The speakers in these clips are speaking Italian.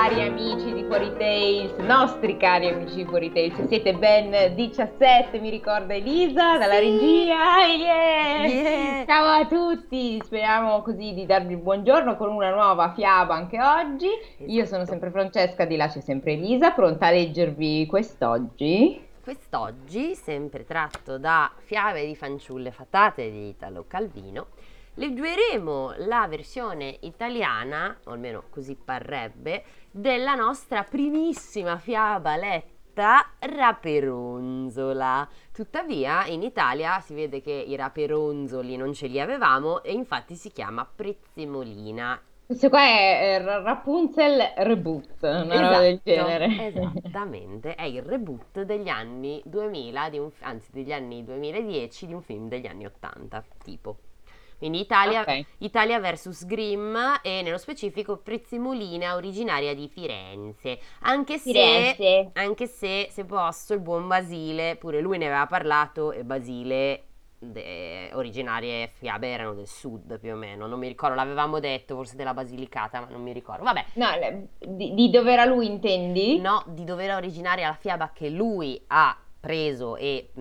cari amici di Fuori Tales, nostri cari amici di Fuori Tales, siete ben 17, mi ricorda Elisa dalla regia. Yeah. Ciao a tutti, speriamo così di darvi il buongiorno con una nuova fiaba anche oggi. Io sono Esatto. sempre Francesca, di là c'è sempre Elisa, pronta a leggervi quest'oggi. Quest'oggi, sempre tratto da Fiabe di fanciulle fatate di Italo Calvino, leggeremo la versione italiana, o almeno così parrebbe, della nostra primissima fiaba letta, Raperonzola. Tuttavia in Italia si vede che i raperonzoli non ce li avevamo e infatti si chiama Prezzemolina. Questo qua è Rapunzel Reboot, una roba del Esatto, genere. esattamente, è il reboot degli anni 2000, anzi degli anni 2010 di un film degli anni 80, tipo. Quindi Ok. Italia vs Grimm e nello specifico Prezzemolina originaria di Firenze. Firenze. Anche se posso, il buon Basile, pure lui ne aveva parlato e Basile originarie fiabe erano del sud più o meno, non mi ricordo, l'avevamo detto, forse della Basilicata, ma non mi ricordo. Vabbè, No, di dove era lui, intendi? no, di dove era originaria la fiaba che lui ha preso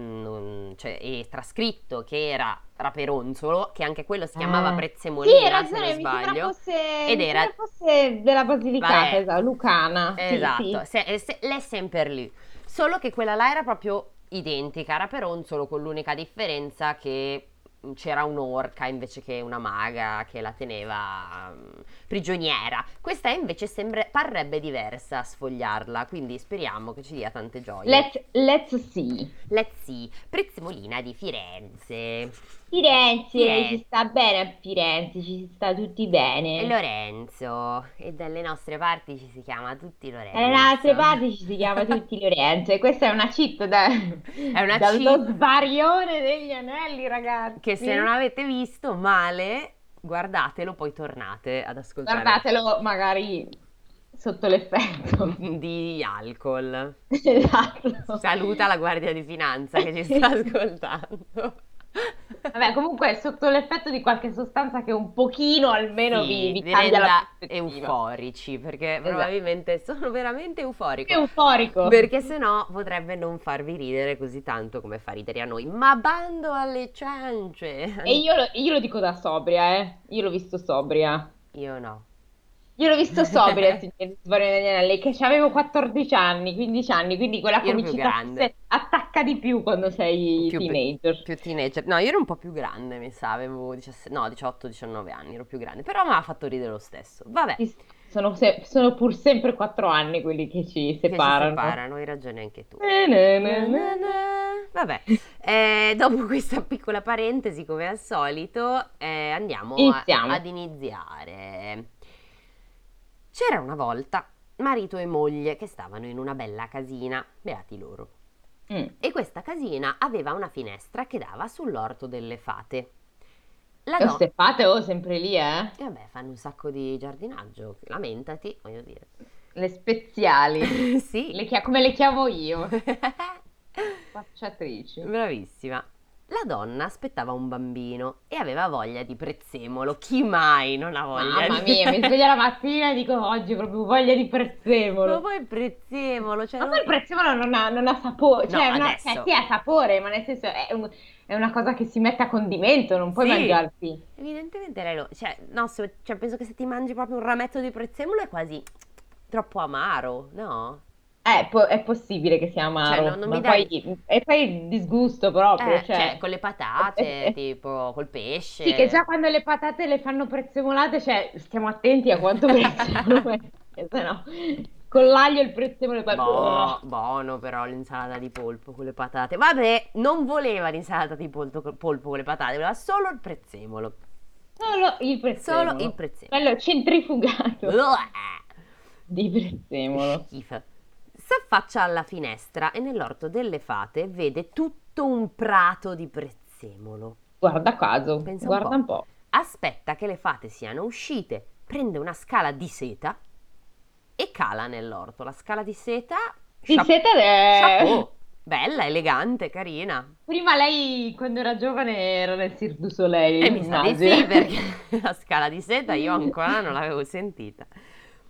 e trascritto, che era Raperonzolo, che anche quello si chiamava Sì, hai Prezzemolina, se non ragione, sbaglio, ed mi era, sembra fosse della Basilicata, vabbè, esatto, Lucana, sì, esatto, sì. l'è sempre lì, solo che quella là era proprio identica a Raperonzolo, con l'unica differenza che c'era un'orca invece che una maga che la teneva prigioniera. Questa invece parrebbe diversa a sfogliarla, quindi speriamo che ci dia tante gioie. Let's see. Let's see, Prezzemolina di Firenze. Firenze, ci Firenze. sta bene a Firenze, ci sta tutti E bene. Lorenzo, e dalle nostre parti ci si chiama tutti Dalle altre Lorenzo. parti ci si chiama tutti Lorenzo e questa è una cheat È una dallo cheat sbarione degli anelli, che se non ragazzi. avete visto male, guardatelo, poi tornate ad ascoltare Guardatelo magari sotto l'effetto. di alcol. Esatto. Saluta la Guardia di Finanza che ci sta ascoltando. Vabbè, comunque è sotto l'effetto di qualche sostanza che un pochino almeno Sì, vi vi cambia la renda prospettiva. euforici, perché Esatto. probabilmente sono veramente Che euforico, euforico. perché se no potrebbe non farvi ridere così tanto come fa ridere a noi. Ma bando alle E ciance! io lo dico da sobria, eh. Io l'ho visto sobria. Io no. Io l'ho visto sobria, signor Sbarino degli Anelli, che avevo 14 anni, 15 anni, quindi quella Io ero più comicità grande. forse attacca di più quando sei Più, teenager. più teenager. No, io ero un po' più grande, mi sa, avevo 18-19 anni, ero più grande, però mi ha fatto ridere lo stesso. Vabbè, Sono pur sempre 4 anni quelli che ci che ci separano. separano, hai ragione anche tu. Na, Na, na, na, na, na. na. Vabbè, dopo questa piccola parentesi, come al solito, andiamo Iniziamo. ad iniziare. C'era una volta marito e moglie che stavano in una bella casina, beati loro. Mm. E questa casina aveva una finestra che dava sull'orto delle fate. La Oh, donna... se fate, oh, sempre lì, eh? E vabbè, fanno un sacco di giardinaggio, lamentati, voglio dire. Le speziali. Sì. Come le chiamo io? Spacciatrici. Bravissima. La donna aspettava un bambino e aveva voglia di prezzemolo. Chi mai non ha voglia Mamma di... mia, mi sveglio la mattina e dico oggi ho proprio voglia di Ma prezzemolo. poi il prezzemolo, cioè Ma poi non... il prezzemolo non ha sapore, No, cioè adesso. sì ha sapore, ma nel senso è una cosa che si mette a condimento, non puoi Sì, mangiarti. evidentemente lei lo... Cioè, no, cioè, penso che se ti mangi proprio un rametto di prezzemolo è quasi troppo amaro, no? È possibile che sia Cioè, amaro, non mi ma dà... poi il disgusto proprio, Cioè, cioè. con le è- è- patate, è- tipo, col Sì, che già pesce. quando le patate le fanno prezzemolate, cioè stiamo attenti a quanto prezzemolo è, se no con l'aglio e il prezzemolo poi. Buono però l'insalata di polpo con le patate. Vabbè, non voleva l'insalata di polpo con le patate, voleva solo il prezzemolo. Solo il Solo il prezzemolo, prezzemolo. quello centrifugato Uah, di che prezzemolo. schifo. S'affaccia alla finestra e nell'orto delle fate vede tutto un prato di prezzemolo. Guarda caso, Pensa un guarda po'. un po'. Aspetta che le fate siano uscite, prende una scala di seta e cala nell'orto. La scala di seta, Di seta, chapeau, bella, elegante, carina. prima lei quando era giovane era nel Cirque du E Soleil, mi sa di sì, immagino. perché la scala di seta io ancora non l'avevo sentita.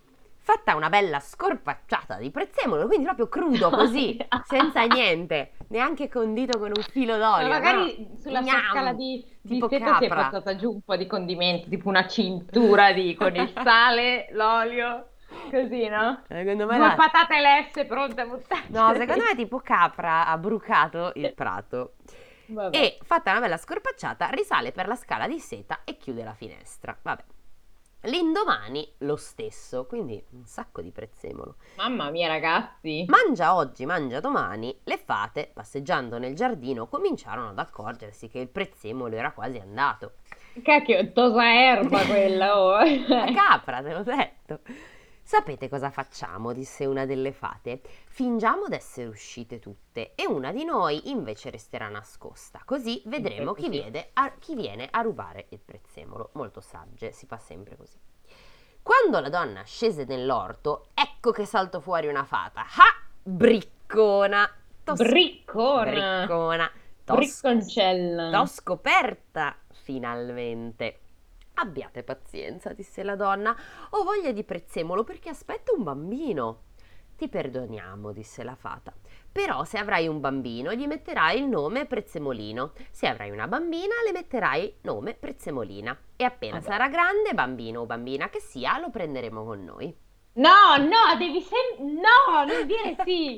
Fatta una bella scorpacciata di prezzemolo, quindi proprio crudo così, senza niente, neanche condito con un filo d'olio. Ma magari no? sulla sua Gnam, scala di tipo seta si è capra. portata giù un po' di condimenti, tipo una cintura con il sale, l'olio, così, no? Secondo me 2 patate lesse pronte a buttare. No, secondo me tipo capra ha brucato il prato. Vabbè. E fatta una bella scorpacciata, risale per la scala di seta e chiude la finestra. Vabbè. L'indomani lo stesso, quindi un sacco di prezzemolo. Mamma mia, ragazzi. Mangia oggi, mangia domani, le fate, passeggiando nel giardino, cominciarono ad accorgersi che il prezzemolo era quasi andato. Cacchio, tosa erba quella, oh. La capra, te l'ho detto. Sapete cosa facciamo? Disse una delle fate. Fingiamo d'essere uscite tutte e una di noi invece resterà nascosta. Così vedremo chi viene a rubare il prezzemolo. Molto sagge, si fa sempre così. Quando la donna scese nell'orto, ecco che saltò fuori una fata. Ah! Briccona! Briccona. Bricconcella. T'ho scoperta finalmente. Abbiate pazienza, disse la donna, ho voglia di prezzemolo perché aspetto un bambino. Ti perdoniamo, disse la fata, però se avrai un bambino gli metterai il nome Prezzemolino, se avrai una bambina le metterai nome Prezzemolina e appena sarà grande, bambino o bambina che sia, lo prenderemo con noi. No, devi no, non dire sì.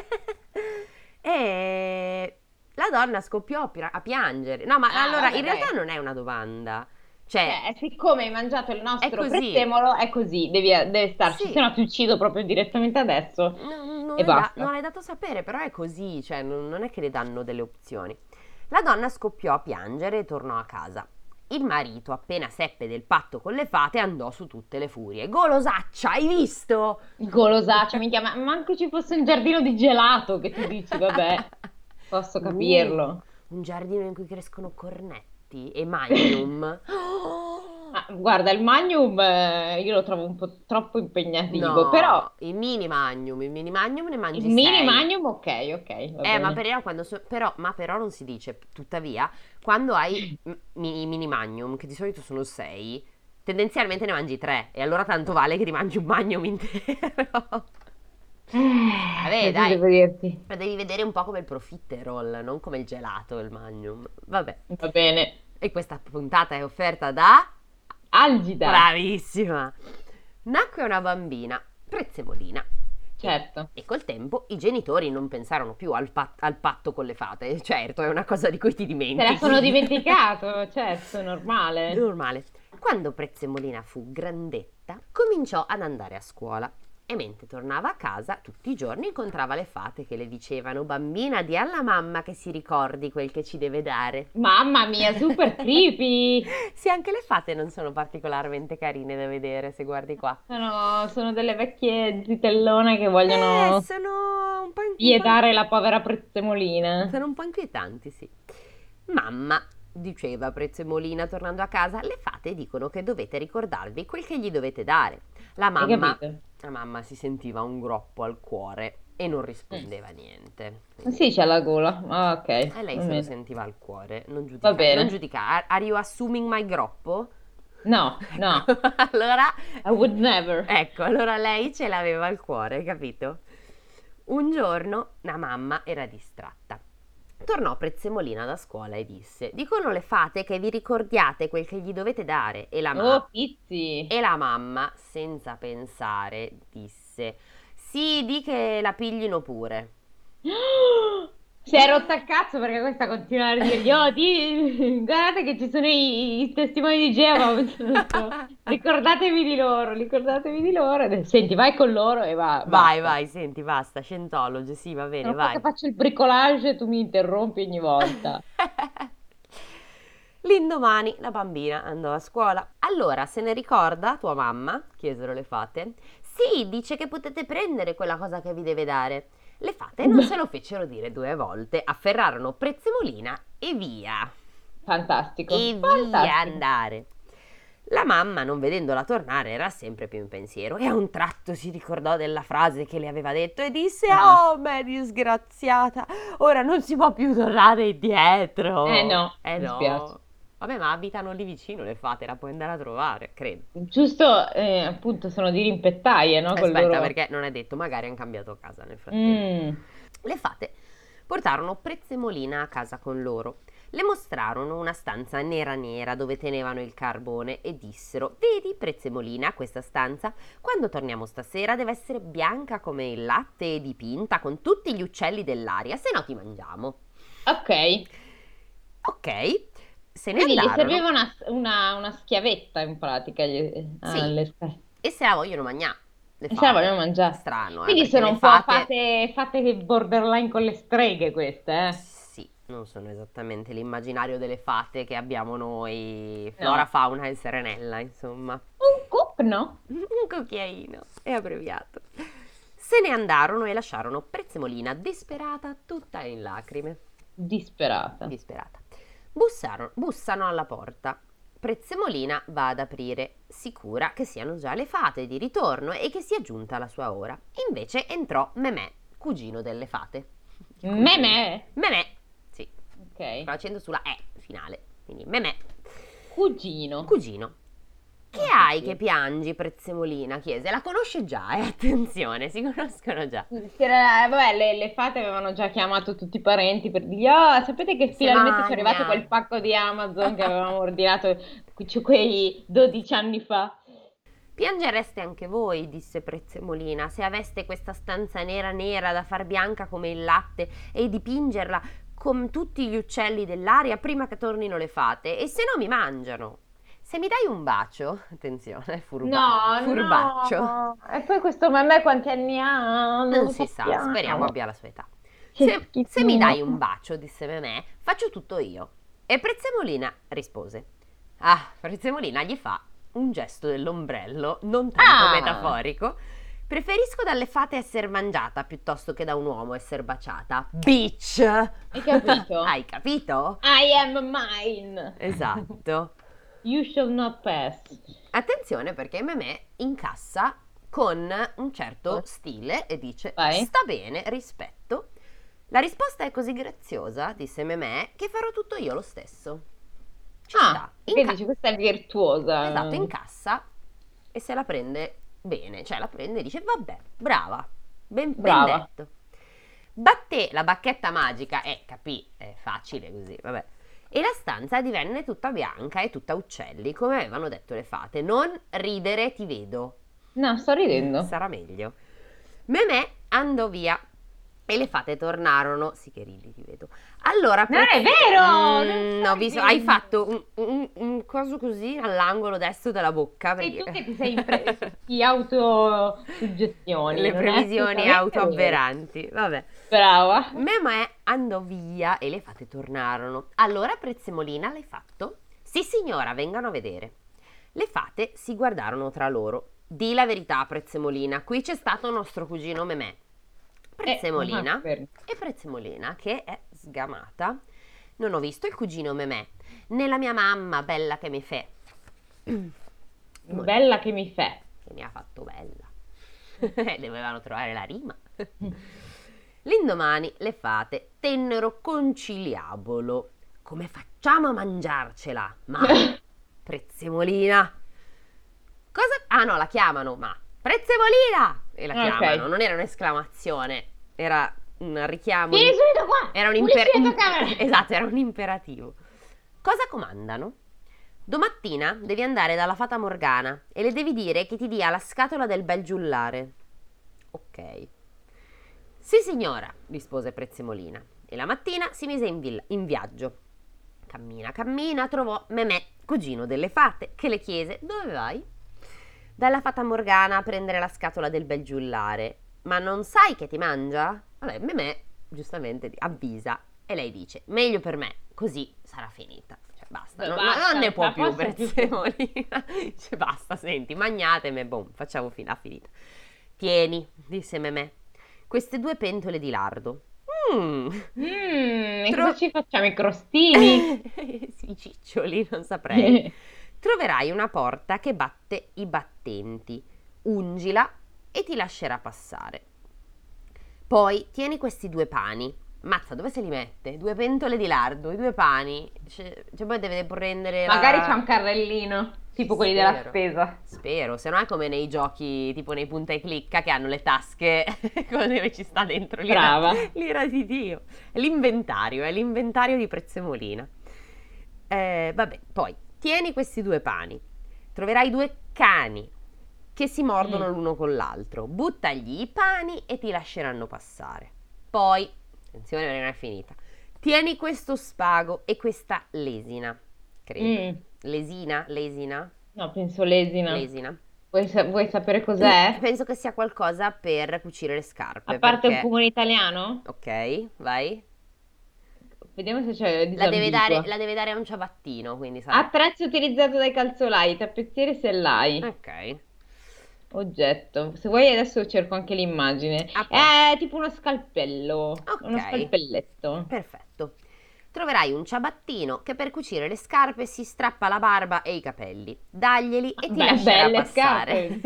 E la donna scoppiò a piangere. No, ma allora vabbè, in realtà dai. non è una domanda. Cioè, Siccome hai mangiato il nostro così. prezzemolo, è così, deve starci, Sì. se no ti uccido proprio direttamente adesso. Non E basta. non l'hai dato sapere, però è così, cioè non è che le danno delle opzioni. La donna scoppiò a piangere e tornò a casa. Il marito, appena seppe del patto con le fate, andò su tutte le furie. Golosaccia, hai visto? Golosaccia, mi chiama, manco ci fosse un giardino di gelato che tu dici, vabbè, posso capirlo. Un giardino in cui crescono cornetti e magnum. Guarda, il Magnum io lo trovo un po' troppo impegnativo, No, però il mini magnum ne mangi il mini 6. Magnum, ok, va bene. Ma però non si dice, tuttavia, quando hai i mini magnum, che di solito sono 6, tendenzialmente ne mangi 3, e allora tanto vale che ti mangi un magnum intero. Vabbè, Cosa dai, devo dirti? lo devi vedere un po' come il profiterol, non come il gelato, il magnum. Vabbè, Va bene. e questa puntata è offerta da... Algida. Bravissima! Nacque una bambina, Prezzemolina. Certo. E col tempo i genitori non pensarono più al patto con le fate. Certo, è una cosa di cui ti dimentichi. Te la sono dimenticato, certo, normale. Normale. Quando Prezzemolina fu grandetta, cominciò ad andare a scuola. E mentre tornava a casa, tutti i giorni incontrava le fate che le dicevano: bambina, di alla mamma che si ricordi quel che ci deve dare. Mamma mia, super creepy. Sì, anche le fate non sono particolarmente carine da vedere, se guardi qua. Sono delle vecchie zitellone che vogliono Sono un po' pietare la povera Prezzemolina. Sono un po' inquietanti, sì. Mamma, diceva Prezzemolina tornando a casa, le fate dicono che dovete ricordarvi quel che gli dovete dare. La Hai capito? mamma si sentiva un groppo al cuore e non rispondeva niente. Sì, c'ha la gola. Ah, ok. E lei Va se lo bene. sentiva al cuore, non Va bene. Non giudica. Are you assuming my groppo? No, no, Allora, I would never. ecco, allora lei ce l'aveva al cuore, capito? Un giorno la mamma era distratta. Tornò Prezzemolina da scuola e disse: dicono le fate che vi ricordiate quel che gli dovete dare. E Oh, pizzi. e la mamma, senza pensare, disse: sì, di che la piglino pure. Si è rotta il cazzo perché questa continua a dirgli: oh, guardate che ci sono i testimoni di Geova. Ricordatevi di loro. Senti, vai con loro e va. Vai, basta. vai, senti, basta, Scientology, sì, va bene, Sono qua vai. che faccio il bricolage e tu mi interrompi ogni volta. L'indomani la bambina andò a scuola. Allora, se ne ricorda tua mamma? Chiesero le fate. Sì, dice che potete prendere quella cosa che vi deve dare. Le fate non se lo fecero dire 2 volte, afferrarono Prezzemolina e via. Fantastico. E via andare. La mamma, non vedendola tornare, era sempre più in pensiero e a un tratto si ricordò della frase che le aveva detto e disse: oh, me disgraziata, ora non si può più tornare indietro. No, Eh mi no. spiace. Vabbè, ma abitano lì vicino le fate, la puoi andare a trovare, credo. Giusto, appunto, sono dirimpettaie, no? Col Aspetta, loro... perché non è detto, magari hanno cambiato casa nel frattempo. Mm, Le fate portarono Prezzemolina a casa con loro. Le mostrarono una stanza nera nera dove tenevano il carbone e dissero: Vedi, Prezzemolina, questa stanza, quando torniamo stasera deve essere bianca come il latte e dipinta con tutti gli uccelli dell'aria, se no ti mangiamo. ok. Ok, se ne Quindi gli andarono. serviva una schiavetta in pratica Sì, e se la vogliono mangiare, le e se la fate. vogliono mangiare. Strano, Quindi perché sono le un po' fate... fate borderline con le streghe queste, eh? Sì, non sono esattamente l'immaginario delle fate che abbiamo noi, flora, No. fauna e serenella, insomma. Un cup, no? Un cucchiaino, è abbreviato. Se ne andarono e lasciarono Prezzemolina disperata, tutta in lacrime. Disperata. Disperata. Bussano alla porta. Prezzemolina va ad aprire, sicura che siano già le fate di ritorno e che sia giunta la sua ora. Invece entrò Memè, cugino delle fate. Il cugino. Memè. Memè, sì, Ok. facendo sulla E finale. Quindi Memè, Cugino. cugino. Che Oh, hai che sì. piangi, Prezzemolina? Chiese. La conosce già, attenzione, si conoscono già. Vabbè, le fate avevano già chiamato tutti i parenti per dire: Oh, sapete che Se finalmente ci è arrivato magna. quel pacco di Amazon che avevamo ordinato quei 12 anni fa. Piangereste anche voi, disse Prezzemolina, se aveste questa stanza nera nera da far bianca come il latte e dipingerla con tutti gli uccelli dell'aria prima che tornino le fate, e se no mi mangiano. Se mi dai un bacio, attenzione, No, furbaccio, no. E poi questo Memè quanti anni ha? Non non lo si sa, speriamo sappiamo. abbia la sua età. Che Se mi dai schifino. un bacio, disse Memè, faccio tutto io. E Prezzemolina rispose. Ah, Prezzemolina gli fa un gesto dell'ombrello, non tanto Ah, metaforico. Preferisco dalle fate essere mangiata piuttosto che da un uomo essere baciata. Bitch! hai capito? Hai capito? I am mine. Esatto. You shall not pass. Attenzione perché Memè incassa con un certo stile e dice: Vai. sta bene, rispetto. La risposta è così graziosa, disse Memè, che farò tutto io lo stesso. Ci Ah, sta. che dici, questa è virtuosa. Esatto, incassa e se la prende bene, cioè la prende e dice: vabbè, brava, ben Brava. detto. Batté la bacchetta magica e capì, è facile così, vabbè. E la stanza divenne tutta bianca e tutta uccelli, come avevano detto le fate. Non ridere, ti vedo. No, sto ridendo. Sarà meglio. Memè andò via e le fate tornarono. Sì che ridi, ti vedo. Allora, Non è vero! Non ho stai visto, hai ridendo. fatto un coso così all'angolo destro della bocca. Sei tu Perché... che ti sei di autosuggestioni, Le non è previsioni assolutamente vero. autoavveranti. Vabbè. Brava. Memè andò via e le fate tornarono. Allora Prezzemolina l'hai fatto? Sì, signora, vengano a vedere. Le fate si guardarono tra loro. Di la verità, Prezzemolina, qui c'è stato nostro cugino Memè. Prezzemolina e Prezzemolina, che è sgamata. Non ho visto il cugino Memè, né la mia mamma, bella che mi fe. Bella che mi fa. Che mi ha fatto bella. Dovevano trovare la rima. L'indomani le fate tennero conciliabolo. Come facciamo a mangiarcela? Ma Prezzemolina. Cosa? Ah no, la chiamano, ma Prezzemolina! E la Ok. chiamano, non era un'esclamazione, era un richiamo. Vieni subito qua! Era un Pulisci la tua camera! Esatto, era un imperativo. Cosa comandano? Domattina devi andare dalla fata Morgana e le devi dire che ti dia la scatola del bel giullare. Ok. Sì, signora, rispose Prezzemolina. E la mattina si mise in viaggio. Cammina, cammina, trovò Memè, cugino delle fate, che le chiese: dove vai? Dalla fata Morgana a prendere la scatola del bel giullare. Ma non sai che ti mangia? Vabbè, Memè giustamente avvisa e lei dice: meglio per me, così sarà finita. Cioè, basta, Basta, non ne può la più posso più. Prezzemolina. Dice: basta, senti, magnatemi, boom, facciamo finita. Tieni, disse Memè, queste 2 pentole di lardo. E Tro- cosa ci facciamo? I crostini? I ciccioli, non saprei. Troverai una porta che batte i battenti. Ungila e ti lascerà passare. Poi tieni questi 2 pani. Mazza, dove se li mette? 2 pentole di lardo, i 2 pani. Cioè poi deve prendere Magari c'è un carrellino, tipo quelli della Spero. spesa. Spero, se no è come nei giochi tipo nei punta e clicca che hanno le tasche dove ci sta dentro Brava. l'ira di Dio. È l'inventario di Prezzemolina. Vabbè, poi tieni questi 2 pani, troverai 2 cani che si mordono l'uno con l'altro, buttagli i pani e ti lasceranno passare. Poi, attenzione perché non è finita, tieni questo spago e questa lesina, credo. Lesina? No, penso lesina. Lesina. Vuoi sapere cos'è? Penso che sia qualcosa per cucire le scarpe. A parte un perché... comune italiano? Ok, vai. Vediamo se c'è La disambiguo. deve dare a un ciabattino, quindi sarà... Attrezzo utilizzato dai calzolai, tappezziere sellai. Ok. Oggetto. Se vuoi adesso cerco anche l'immagine. A posto. È tipo uno scalpello. Ok. Uno scalpelletto. Perfetto. Troverai un ciabattino che per cucire le scarpe si strappa la barba e i capelli. Daglieli e ti lascerà Belle passare.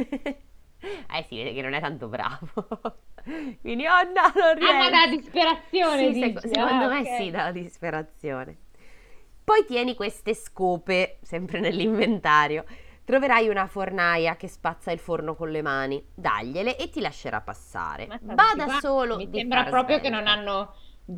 Sì, vede che non è tanto bravo. Quindi, oh no, non riesco. Ma da disperazione, Sì, dici? secondo me ok. sì, dalla disperazione. Poi tieni queste scope, sempre nell'inventario. Troverai una fornaia che spazza il forno con le mani. Dagliele e ti lascerà passare. Ma Bada tanti solo mi di sembra far proprio che non svelta. hanno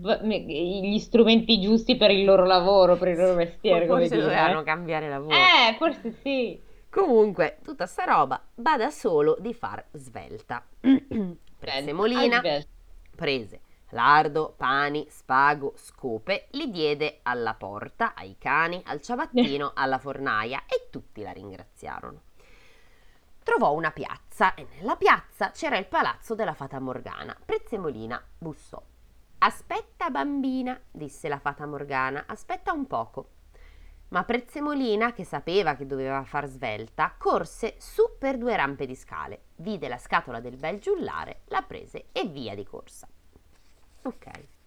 gli strumenti giusti per il loro lavoro, per il loro mestiere, come Forse dire. dovevano cambiare lavoro. Forse sì. Comunque, tutta sta roba bada solo di far svelta. Prezzemolina Aspetta. prese lardo, pani, spago, scope, li diede alla porta, ai cani, al ciabattino, alla fornaia e tutti la ringraziarono. Trovò una piazza e nella piazza c'era il palazzo della fata Morgana. Prezzemolina bussò. Aspetta, bambina, disse la fata Morgana, aspetta un poco. Ma Prezzemolina, che sapeva che doveva far svelta, corse su per 2 rampe di scale, vide la scatola del bel giullare, la prese e via di corsa. Ok.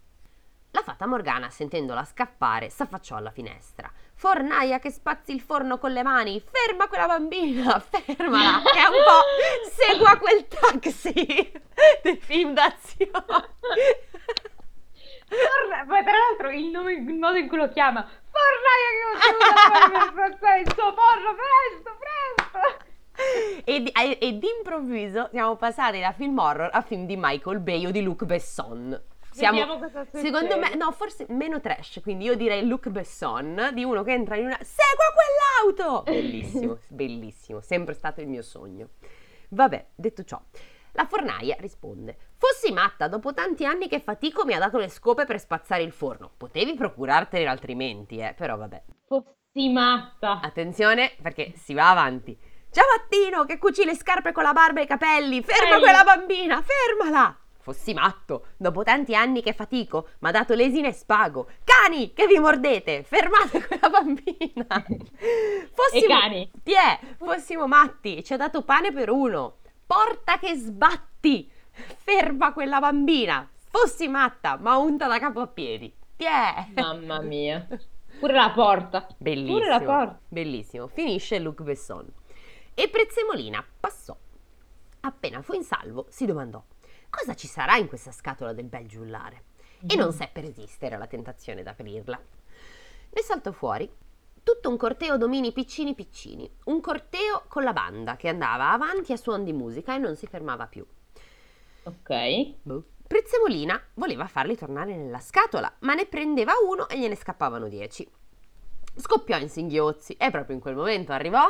La fata Morgana, sentendola scappare, s'affacciò alla finestra. Fornaia che spazzi il forno con le mani, ferma quella bambina, fermala, che è un po' segua quel taxi del film d'azione. Poi tra l'altro il modo in cui lo chiama, fornaia che usa per il suo forno, presto. E d'improvviso siamo passati da film horror a film di Michael Bay o di Luc Besson. Vediamo cosa succede. Secondo me, no, forse meno trash, quindi io direi Luc Besson, di uno che entra in una... Segua quell'auto! Bellissimo, bellissimo, sempre stato il mio sogno. Vabbè, detto ciò, la fornaia risponde: fossi matta, dopo tanti anni che fatico mi ha dato le scope per spazzare il forno. Potevi procurartene altrimenti, però vabbè. Fossi matta. Attenzione, perché si va avanti. Ciabattino, che cuci le scarpe con la barba e i capelli, ferma quella bambina, fermala! Fossi matto, dopo tanti anni che fatico, m'ha dato lesina e spago. Cani, che vi mordete, fermate quella bambina. Cani. Fossimo matti, ci ha dato pane per uno. Porta che sbatti, ferma quella bambina. Fossi matta, ma unta da capo a piedi. Mamma mia. Pure la porta. Bellissimo. Pure la porta. Bellissimo. Finisce Luc Besson. E Prezzemolina passò. Appena fu in salvo, si domandò: cosa ci sarà in questa scatola del bel giullare? E non seppe resistere alla tentazione d'aprirla. Ne saltò fuori tutto un corteo d'omini piccini piccini, un corteo con la banda che andava avanti a suon di musica e non si fermava più. Ok. Prezzemolina voleva farli tornare nella scatola, ma ne prendeva uno e gliene scappavano 10. Scoppiò in singhiozzi e proprio in quel momento arrivò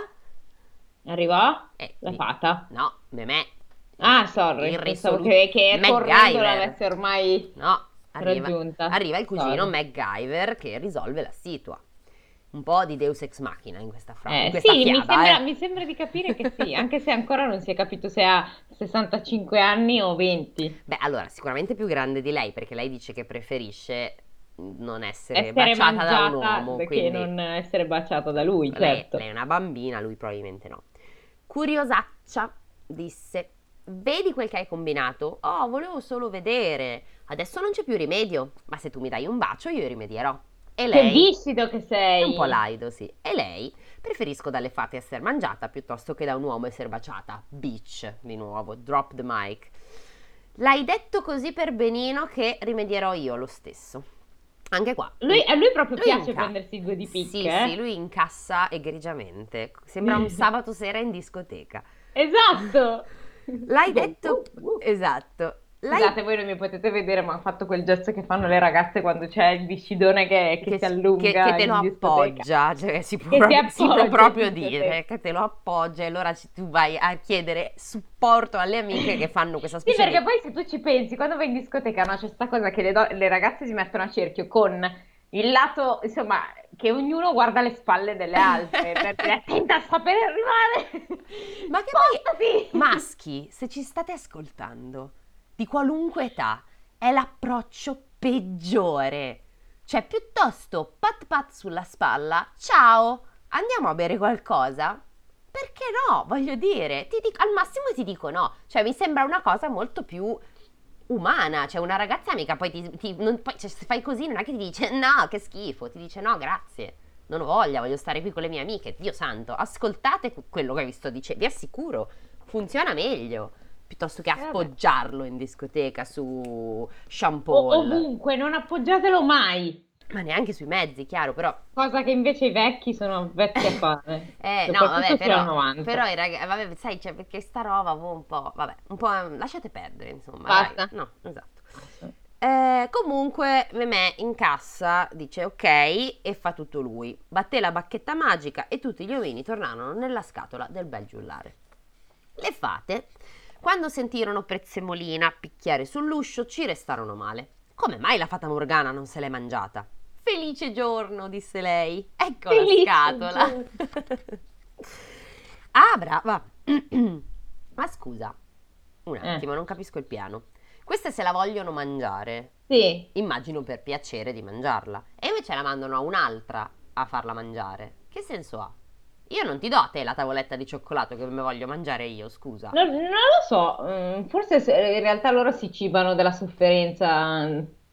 la fata. No, Memè. Ah, sorry, pensavo Irrisoluto che correndo MacGyver. l'avesse ormai No, raggiunta. arriva il cugino Sorry. MacGyver che risolve la situa. Un po' di Deus Ex Machina in questa frase, in Sì, questa fiaba, mi sembra di capire che sì, anche se ancora non si è capito se ha 65 anni o 20. Beh, allora, sicuramente più grande di lei, perché lei dice che preferisce non essere Essere baciata da un mangiata uomo, che quindi non essere baciata da lui, certo. lei è una bambina, lui probabilmente no. Curiosaccia, disse: vedi quel che hai combinato? Oh, volevo solo vedere. Adesso non c'è più rimedio, ma se tu mi dai un bacio io rimedierò. E Che lei... viscido che sei! È un po' laido, sì. E lei: preferisco dalle fate essere mangiata piuttosto che da un uomo essere baciata. Bitch, di nuovo, drop the mic. L'hai detto così per benino che rimedierò io lo stesso. Anche qua. A lui proprio Lui piace inca- prendersi due di Sì, picche, sì, eh? lui incassa egregiamente. Sembra un sabato sera in discoteca. Esatto! L'hai Tipo, detto. Esatto. Scusate, voi non mi potete vedere, ma ho fatto quel gesto che fanno le ragazze quando c'è il viscidone che si Che allunga te lo in discoteca. appoggia, cioè Che si si può appoggia in proprio discoteca. dire che te lo appoggia e allora tu vai a chiedere supporto alle amiche che fanno questa Sì, specie perché di. poi se tu ci pensi, quando vai in discoteca, no, c'è sta cosa che le ragazze si mettono a cerchio con il lato, insomma, che ognuno guarda le spalle delle altre per dire attenta, sta per arrivare, Ma che poi, spostati! maschi, se ci state ascoltando, di qualunque età, è l'approccio peggiore. Cioè, piuttosto pat pat sulla spalla, ciao, andiamo a bere qualcosa? Perché no? Voglio dire, al massimo ti dico no. Cioè, mi sembra una cosa molto più umana. Cioè, una ragazza mica poi cioè, se fai così non è che ti dice no, che schifo, ti dice no, grazie. Non ho voglia, voglio stare qui con le mie amiche. Dio santo, ascoltate quello che vi sto dicendo, vi assicuro, funziona meglio piuttosto che Vabbè. appoggiarlo in discoteca su shampoo, Ovunque, non appoggiatelo mai, ma neanche sui mezzi, chiaro, però. cosa che invece i vecchi sono avvezzi a fare, No, vabbè, soprattutto sulla però, 90. i ragazzi, vabbè, sai, cioè, perché sta roba un po', vabbè, un po', lasciate perdere, insomma, dai, Basta. no, esatto. Comunque, Memè incassa, dice ok e fa tutto lui. Batté la bacchetta magica e tutti gli ovini tornarono nella scatola del bel giullare. Le fate, quando sentirono Prezzemolina picchiare sull'uscio, ci restarono male. Come mai la fata Morgana non se l'è mangiata? Felice giorno, disse lei. Ecco la Felice scatola. giorno. Ah, brava. Ma scusa, un Eh, attimo, non capisco il piano. Queste se la vogliono mangiare. sì. Immagino per piacere di mangiarla. E invece la mandano a un'altra a farla mangiare. Che senso ha? Io non ti do a te la tavoletta di cioccolato che me voglio mangiare io, scusa. Non lo so, forse in realtà loro si cibano della sofferenza.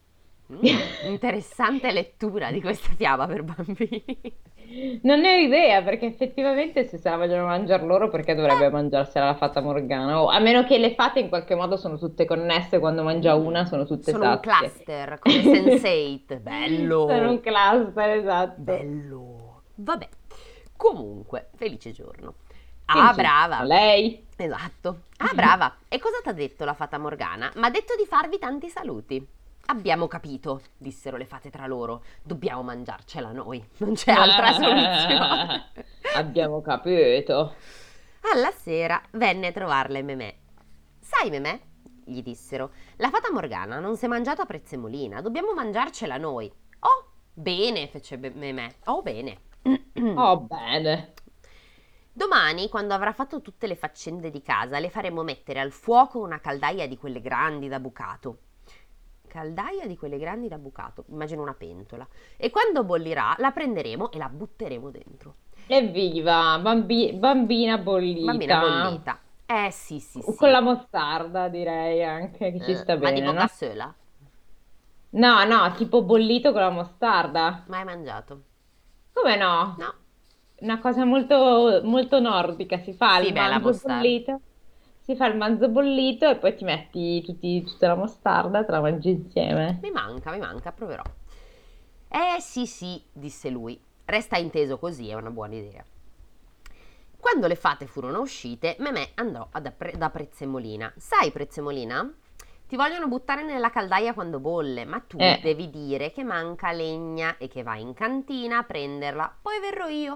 Interessante lettura di questa fiaba per bambini. Non ne ho idea, perché effettivamente se la vogliono mangiare loro, perché dovrebbe mangiarsela la fata Morgana? O, a meno che le fate in qualche modo sono tutte connesse, quando mangia una sono tutte Sono un sazie. cluster come Sense8. Sono un Bello. cluster, esatto. Bello. Vabbè. Comunque, felice giorno. Ah, Quindi, brava. lei? Esatto. Ah, brava. E cosa t'ha detto la fata Morgana? M'ha detto di farvi tanti saluti. Abbiamo capito, dissero le fate tra loro. Dobbiamo mangiarcela noi. Non c'è altra soluzione. Abbiamo capito. Alla sera venne a trovarle Memè. Sai, Memè, gli dissero, la fata Morgana non si è mangiata prezzemolina, dobbiamo mangiarcela noi. Oh, bene, fece Memè. Oh, bene. Oh, bene. Domani, quando avrà fatto tutte le faccende di casa, le faremo mettere al fuoco una caldaia di quelle grandi da bucato. Caldaia di quelle grandi da bucato, immagino una pentola. E quando bollirà, la prenderemo e la butteremo dentro. Evviva, bambina Bambina bollita. bollita. Sì, sì, Con sì. la mostarda direi anche che ci sta Ma bene, tipo no? cassola? No, no, tipo bollito con la mostarda. Mai mangiato? Come no? No. Una cosa molto, molto nordica. Si fa Sì, il beh, la manzo mostarda. bollito. Si fa il manzo bollito e poi ti metti tutta la mostarda, te la mangi insieme. Mi manca, proverò. Sì, sì, disse lui. Resta inteso così, è una buona idea. Quando le fate furono uscite, Memè andò da Prezzemolina. Sai, Prezzemolina? Ti vogliono buttare nella caldaia quando bolle, ma tu Eh, devi dire che manca legna e che vai in cantina a prenderla, poi verrò io.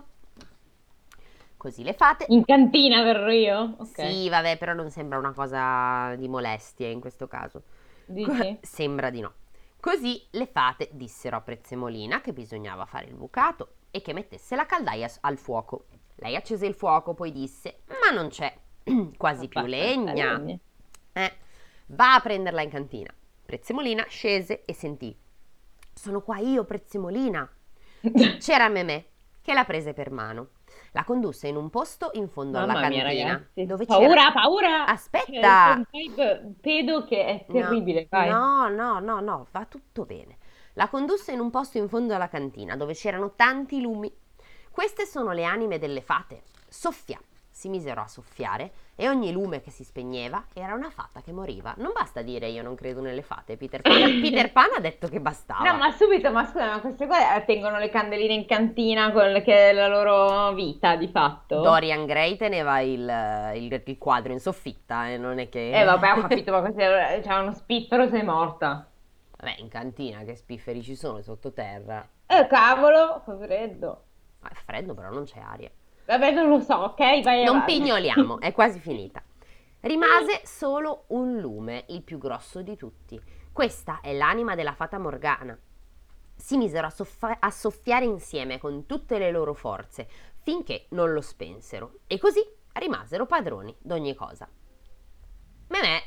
Così le fate. in cantina verrò io? Ok. Sì, vabbè, però non sembra una cosa di molestie in questo caso. Dici? Sembra di no. Così le fate dissero a Prezzemolina che bisognava fare il bucato e che mettesse la caldaia al fuoco. Lei accese il fuoco, poi disse: Ma non c'è quasi più Abbastanza legna. legna. Va a prenderla in cantina. Prezzemolina scese e sentì: Sono qua io, Prezzemolina. C'era Memè che la prese per mano. La condusse in un posto in fondo alla Mamma mia, cantina, ragazzi. dove c'era. Paura, paura! C'è Aspetta! un vibe pedo che è No, terribile, vai. no, no, no, no, va tutto bene. La condusse in un posto in fondo alla cantina, dove c'erano tanti lumi. Queste sono le anime delle fate. Soffia. Si misero a soffiare e ogni lume che si spegneva era una fata che moriva. Non basta dire io non credo nelle fate, Peter Pan ha detto che bastava. No, ma subito, ma scusa, ma queste qua tengono le candeline in cantina, che è la loro vita, di fatto. Dorian Gray teneva il quadro in soffitta, non è che... Vabbè, ho capito, ma c'è uno spiffero, sei morta. Vabbè, in cantina che spifferi ci sono sottoterra. Cavolo, fa freddo. È freddo, però non c'è aria. Vabbè, non lo so, ok, vai Non avanti. pignoliamo, è quasi finita. Rimase solo un lume, il più grosso di tutti. Questa è l'anima della fata Morgana. Si misero a soffiare insieme con tutte le loro forze, finché non lo spensero, e così rimasero padroni d'ogni cosa. Memè,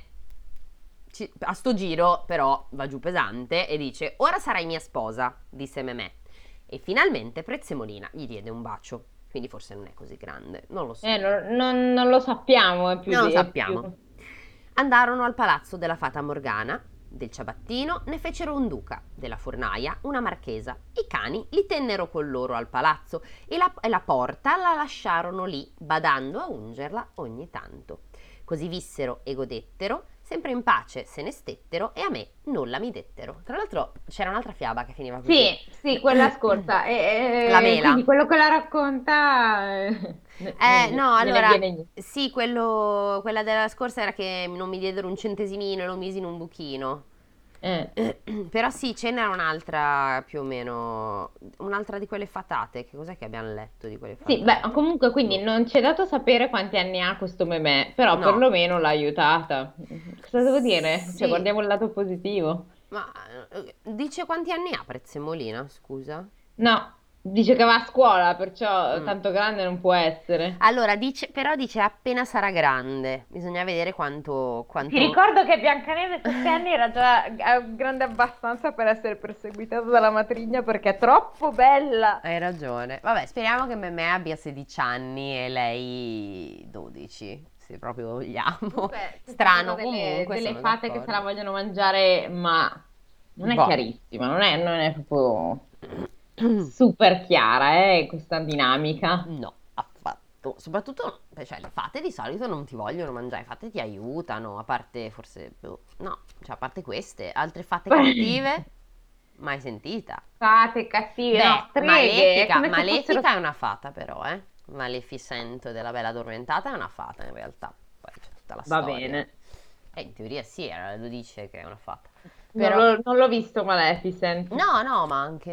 a sto giro, però, va giù pesante e dice: ora sarai mia sposa, disse Memè. E finalmente Prezzemolina gli diede un bacio. Quindi forse non è così grande, non lo so. Non lo sappiamo, è più Non lo di... sappiamo. Andarono al palazzo della fata Morgana, del ciabattino, ne fecero un duca, della fornaia una marchesa. I cani li tennero con loro al palazzo e la porta la lasciarono lì, badando a ungerla ogni tanto. Così vissero e godettero, sempre in pace se ne stettero e a me nulla mi dettero. Tra l'altro c'era un'altra fiaba che finiva così. Sì, quella scorsa. La mela. Quindi quello che la racconta... No, me ne allora, viene niente. sì, quella della scorsa era che non mi diedero un centesimino e lo misi in un buchino. Però sì, ce n'era un'altra più o meno, un'altra di quelle fatate. Che cos'è che abbiamo letto di quelle fatate? Sì, beh, comunque quindi non ci è dato sapere quanti anni ha questo Memè, però No. perlomeno l'ha aiutata. Cosa devo dire? Sì. Cioè, guardiamo il lato positivo. Ma dice quanti anni ha Prezzemolina, scusa? No, dice che va a scuola, perciò tanto grande non può essere. Allora, però dice appena sarà grande. Bisogna vedere quanto... Ti ricordo che Biancaneve a 7 anni era già grande abbastanza per essere perseguitata dalla matrigna perché è troppo bella. Hai ragione. Vabbè, speriamo che Memè abbia 16 anni e lei 12, se proprio vogliamo. Comunque, Strano delle comunque, sono fate che se la d'accordo. vogliono mangiare, ma non è Boh. chiarissima, non è proprio super chiara, questa dinamica. No, affatto. Soprattutto, cioè, le fate di solito non ti vogliono mangiare, le fate ti aiutano, a parte forse, no, cioè a parte queste, altre fate cattive, mai sentita. Fate cattive, no, Beh, streghe, è come se Malefica fossero... è una fata però, Maleficent della Bella Addormentata è una fata in realtà, poi c'è tutta la Va storia. bene. In teoria sì, lo dice che è una fata. Non l'ho visto Maleficent. No, ma anche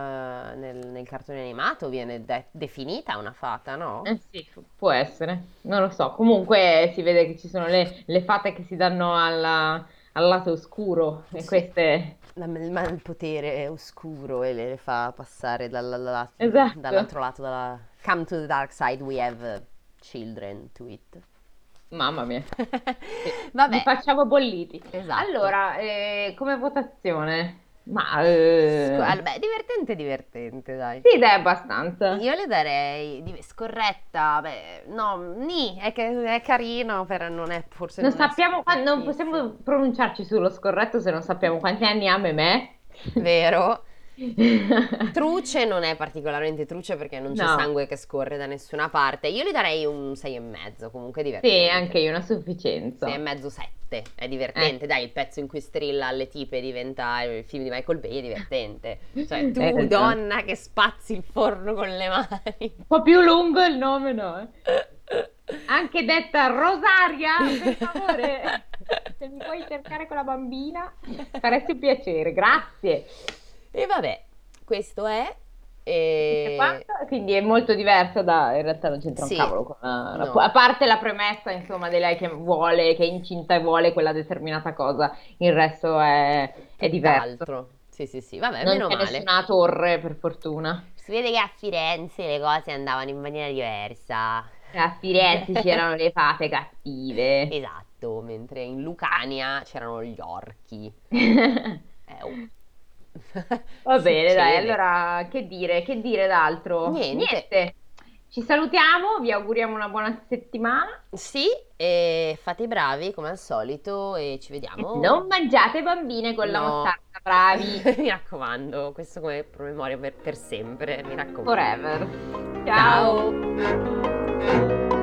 nel cartone animato viene definita una fata, no? Sì, può essere, non lo so. Comunque si vede che ci sono le fate che si danno al lato oscuro e Sì. queste... Il potere oscuro e le fa passare Esatto. dall'altro lato, Come to the dark side, we have children to it. Mamma mia. Vabbè. Li facciamo bolliti. Esatto. Allora, come votazione? Ma... Beh, divertente, dai. Sì, dai, abbastanza. Io le darei scorretta, beh, no, è che è carino, però non è forse Non non è sappiamo, non scorrettissimo. possiamo pronunciarci sullo scorretto se non sappiamo quanti anni ha Memè. Vero? Truce non è particolarmente truce perché non c'è No. sangue che scorre da nessuna parte. Io gli darei un 6,5, comunque divertente. Sì, anche io, una sufficienza. 6,5, 7. È divertente, dai, il pezzo in cui strilla alle tipe diventa il film di Michael Bay è divertente. Cioè, tu, Esatto. donna che spazzi il forno con le mani. Un po' più lungo il nome, no? Anche detta Rosaria, per favore, se mi puoi cercare con la bambina, faresti un piacere, grazie. E vabbè, questo è. Quindi è molto diverso in realtà non c'entra Sì. un cavolo con No. a parte la premessa, insomma, di lei che vuole, che è incinta e vuole quella determinata cosa, il resto è diverso. Altro. Sì, vabbè, Non meno c'è male. nessuna torre, per fortuna. Si vede che a Firenze le cose andavano in maniera diversa. A Firenze c'erano le fate cattive. Esatto, mentre in Lucania c'erano gli orchi. Va bene, dai, Succede. allora che dire d'altro? Niente. Ci salutiamo, vi auguriamo una buona settimana. Sì, e fate i bravi come al solito e ci vediamo. Non mangiate bambine con la No. mostarda, bravi. Mi raccomando, questo come promemoria per sempre, mi raccomando. Forever. Ciao. Ciao.